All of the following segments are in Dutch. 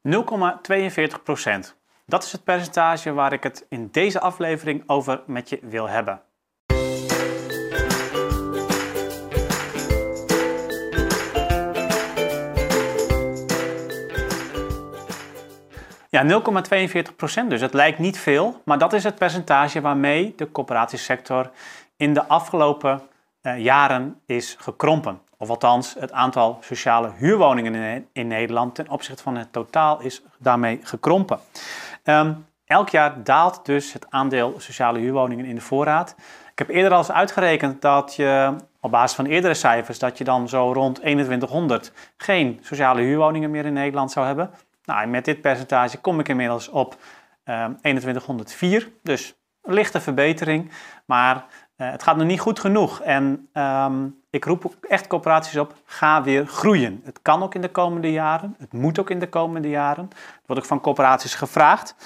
0,42%. Dat is het percentage waar ik het in deze aflevering over met je wil hebben. Ja, 0,42%, dus het lijkt niet veel, maar dat is het percentage waarmee de coöperatiesector in de afgelopen jaren is gekrompen. Of althans, het aantal sociale huurwoningen in Nederland ten opzichte van het totaal is daarmee gekrompen. Elk jaar daalt dus het aandeel sociale huurwoningen in de voorraad. Ik heb eerder al eens uitgerekend dat je op basis van eerdere cijfers dat je dan zo rond 2100 geen sociale huurwoningen meer in Nederland zou hebben. Nou, en met dit percentage kom ik inmiddels op 2104, dus een lichte verbetering, maar het gaat nog niet goed genoeg. En ik roep ook echt coöperaties op, ga weer groeien. Het kan ook in de komende jaren, het moet ook in de komende jaren. Dat wordt ook van coöperaties gevraagd.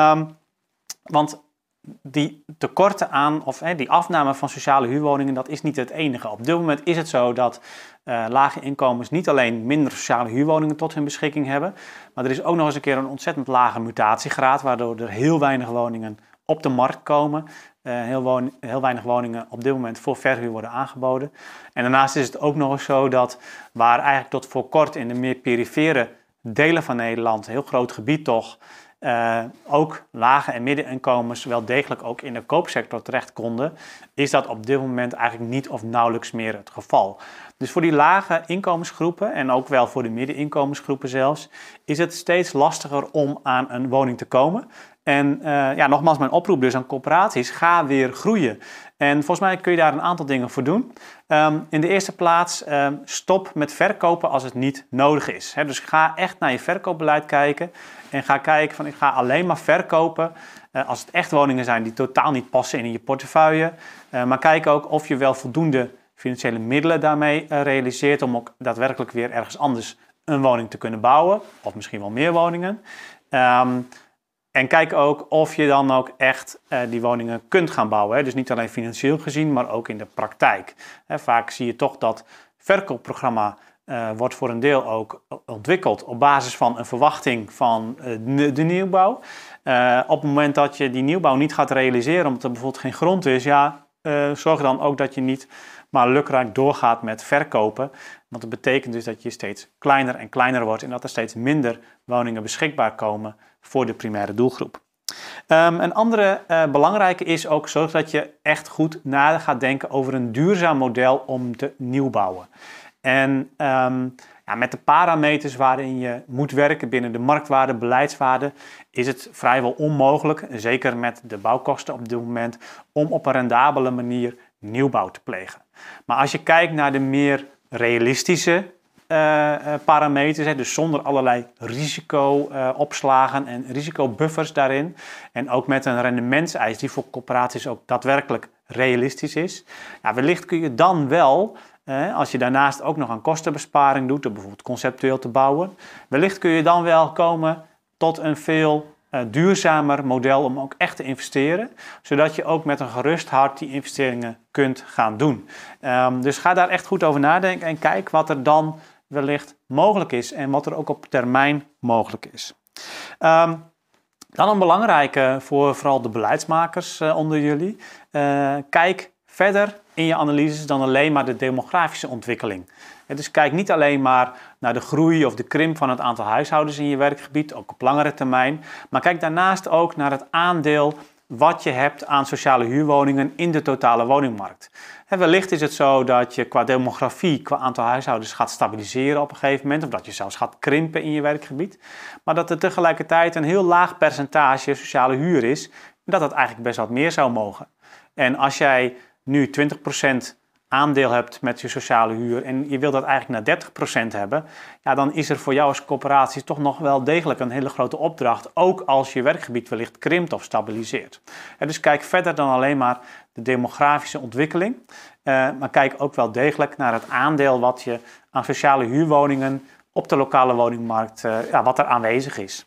Want die tekorten aan, of die afname van sociale huurwoningen, dat is niet het enige. Op dit moment is het zo dat lage inkomens niet alleen minder sociale huurwoningen tot hun beschikking hebben, maar er is ook nog eens een keer een ontzettend lage mutatiegraad, waardoor er heel weinig woningen op de markt komen. Heel weinig woningen op dit moment voor verhuur worden aangeboden. En daarnaast is het ook nog eens zo dat waar eigenlijk tot voor kort in de meer perifere delen van Nederland, een heel groot gebied toch, ook lage en middeninkomens wel degelijk ook in de koopsector terecht konden, is dat op dit moment eigenlijk niet of nauwelijks meer het geval. Dus voor die lage inkomensgroepen en ook wel voor de middeninkomensgroepen zelfs, is het steeds lastiger om aan een woning te komen. En nogmaals mijn oproep dus aan coöperaties, ga weer groeien. En volgens mij kun je daar een aantal dingen voor doen. In de eerste plaats, stop met verkopen als het niet nodig is. Dus ga echt naar je verkoopbeleid kijken en ga kijken van ik ga alleen maar verkopen als het echt woningen zijn die totaal niet passen in je portefeuille. Maar kijk ook of je wel voldoende financiële middelen daarmee realiseert om ook daadwerkelijk weer ergens anders een woning te kunnen bouwen. Of misschien wel meer woningen. En kijk ook of je dan ook echt die woningen kunt gaan bouwen. Hè? Dus niet alleen financieel gezien, maar ook in de praktijk. Vaak zie je toch dat verkoopprogramma wordt voor een deel ook ontwikkeld op basis van een verwachting van de nieuwbouw. Op het moment dat je die nieuwbouw niet gaat realiseren omdat er bijvoorbeeld geen grond is, zorg dan ook dat je niet maar lukraak doorgaat met verkopen. Want dat betekent dus dat je steeds kleiner en kleiner wordt en dat er steeds minder woningen beschikbaar komen voor de primaire doelgroep. Een andere belangrijke is ook zorg dat je echt goed na gaat denken over een duurzaam model om te nieuwbouwen. En met de parameters waarin je moet werken binnen de marktwaarde, beleidswaarde, is het vrijwel onmogelijk, zeker met de bouwkosten op dit moment, om op een rendabele manier nieuwbouw te plegen. Maar als je kijkt naar de meer realistische parameters, dus zonder allerlei risico-opslagen en risicobuffers daarin, en ook met een rendementseis die voor coöperaties ook daadwerkelijk realistisch is, wellicht kun je dan wel, als je daarnaast ook nog aan kostenbesparing doet, door bijvoorbeeld conceptueel te bouwen, wellicht kun je dan wel komen tot een veel duurzamer model om ook echt te investeren, zodat je ook met een gerust hart die investeringen kunt gaan doen. Dus ga daar echt goed over nadenken en kijk wat er dan wellicht mogelijk is en wat er ook op termijn mogelijk is. Dan een belangrijke voor vooral de beleidsmakers onder jullie. Kijk verder in je analyses dan alleen maar de demografische ontwikkeling. Dus kijk niet alleen maar naar de groei of de krimp van het aantal huishoudens in je werkgebied, ook op langere termijn, maar kijk daarnaast ook naar het aandeel wat je hebt aan sociale huurwoningen in de totale woningmarkt. En wellicht is het zo dat je qua demografie, qua aantal huishoudens gaat stabiliseren op een gegeven moment, of dat je zelfs gaat krimpen in je werkgebied, maar dat er tegelijkertijd een heel laag percentage sociale huur is, dat dat eigenlijk best wat meer zou mogen. En als jij nu 20% aandeel hebt met je sociale huur en je wilt dat eigenlijk naar 30% hebben, dan is er voor jou als coöperatie toch nog wel degelijk een hele grote opdracht, ook als je werkgebied wellicht krimpt of stabiliseert. Dus kijk verder dan alleen maar de demografische ontwikkeling, maar kijk ook wel degelijk naar het aandeel wat je aan sociale huurwoningen op de lokale woningmarkt, wat er aanwezig is.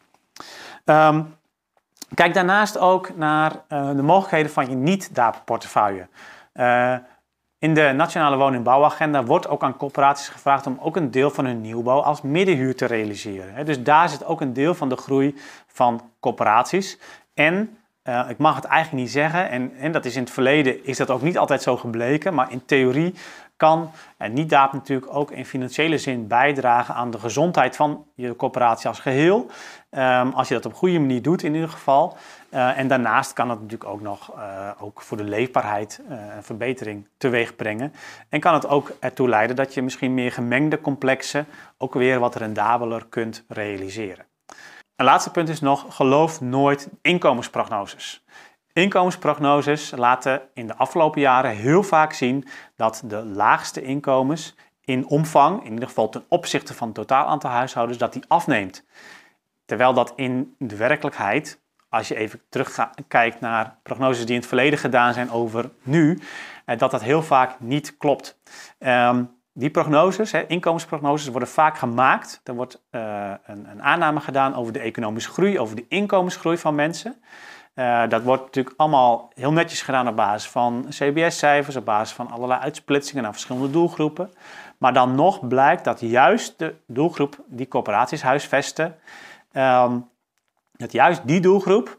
Kijk daarnaast ook naar de mogelijkheden van je niet-DAP-portefeuille. In de Nationale Woningbouwagenda wordt ook aan corporaties gevraagd om ook een deel van hun nieuwbouw als middenhuur te realiseren. Dus daar zit ook een deel van de groei van corporaties. En ik mag het eigenlijk niet zeggen, en dat is in het verleden is dat ook niet altijd zo gebleken, maar in theorie kan Nidaap natuurlijk ook in financiële zin bijdragen aan de gezondheid van je corporatie als geheel. Als je dat op een goede manier doet in ieder geval. En daarnaast kan het natuurlijk ook nog ook voor de leefbaarheid een verbetering teweeg brengen. En kan het ook ertoe leiden dat je misschien meer gemengde complexen ook weer wat rendabeler kunt realiseren. Een laatste punt is nog, geloof nooit inkomensprognoses. Inkomensprognoses laten in de afgelopen jaren heel vaak zien dat de laagste inkomens in omvang, in ieder geval ten opzichte van het totaal aantal huishoudens, dat die afneemt. Terwijl dat in de werkelijkheid, als je even terugkijkt naar prognoses die in het verleden gedaan zijn over nu, dat heel vaak niet klopt. Die prognoses, inkomensprognoses, worden vaak gemaakt. Er wordt een aanname gedaan over de economische groei, over de inkomensgroei van mensen. Dat wordt natuurlijk allemaal heel netjes gedaan op basis van CBS-cijfers, op basis van allerlei uitsplitsingen naar verschillende doelgroepen. Maar dan nog blijkt dat juist de doelgroep die corporaties huisvesten, dat juist die doelgroep,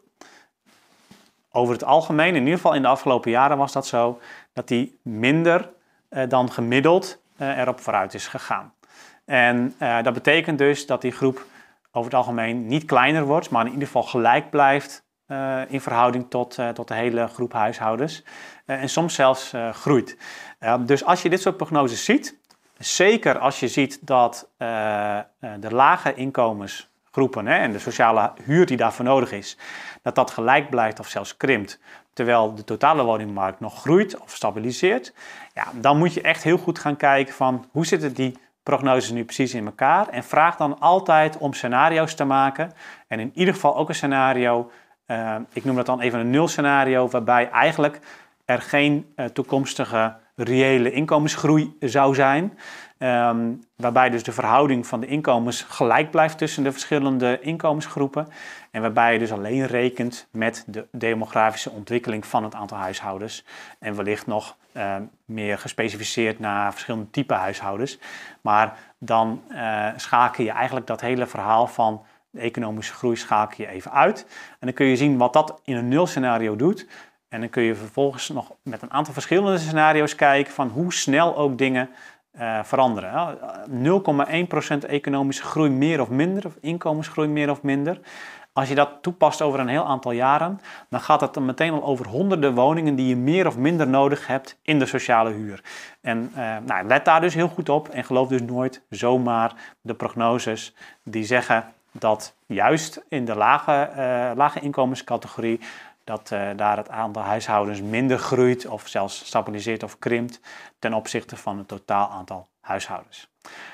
over het algemeen, in ieder geval in de afgelopen jaren was dat zo, dat die minder dan gemiddeld erop vooruit is gegaan. En dat betekent dus dat die groep over het algemeen niet kleiner wordt, maar in ieder geval gelijk blijft in verhouding tot de hele groep huishoudens. En soms zelfs groeit. Dus als je dit soort prognoses ziet, zeker als je ziet dat de lage inkomensgroepen en de sociale huur die daarvoor nodig is, dat gelijk blijft of zelfs krimpt, terwijl de totale woningmarkt nog groeit of stabiliseert, ja, dan moet je echt heel goed gaan kijken van hoe zitten die prognoses nu precies in elkaar. En vraag dan altijd om scenario's te maken. En in ieder geval ook een scenario, ik noem dat dan even een nulscenario, waarbij eigenlijk er geen toekomstige reële inkomensgroei zou zijn. Waarbij dus de verhouding van de inkomens gelijk blijft tussen de verschillende inkomensgroepen. En waarbij je dus alleen rekent met de demografische ontwikkeling van het aantal huishoudens. En wellicht nog meer gespecificeerd naar verschillende typen huishoudens. Maar dan schakel je eigenlijk dat hele verhaal van de economische groei schakel je even uit. En dan kun je zien wat dat in een nulscenario doet. En dan kun je vervolgens nog met een aantal verschillende scenario's kijken van hoe snel ook dingen veranderen. 0,1% economische groei meer of minder, of inkomensgroei meer of minder. Als je dat toepast over een heel aantal jaren, dan gaat het dan meteen al over honderden woningen die je meer of minder nodig hebt in de sociale huur. En let daar dus heel goed op en geloof dus nooit zomaar de prognoses die zeggen dat juist in de lage inkomenscategorie dat daar het aantal huishoudens minder groeit of zelfs stabiliseert of krimpt ten opzichte van het totaal aantal huishoudens.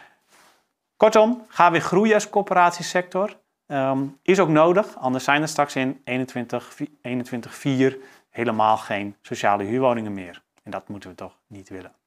Kortom, ga weer groeien als corporatiesector. Is ook nodig, anders zijn er straks in 21/4 helemaal geen sociale huurwoningen meer. En dat moeten we toch niet willen.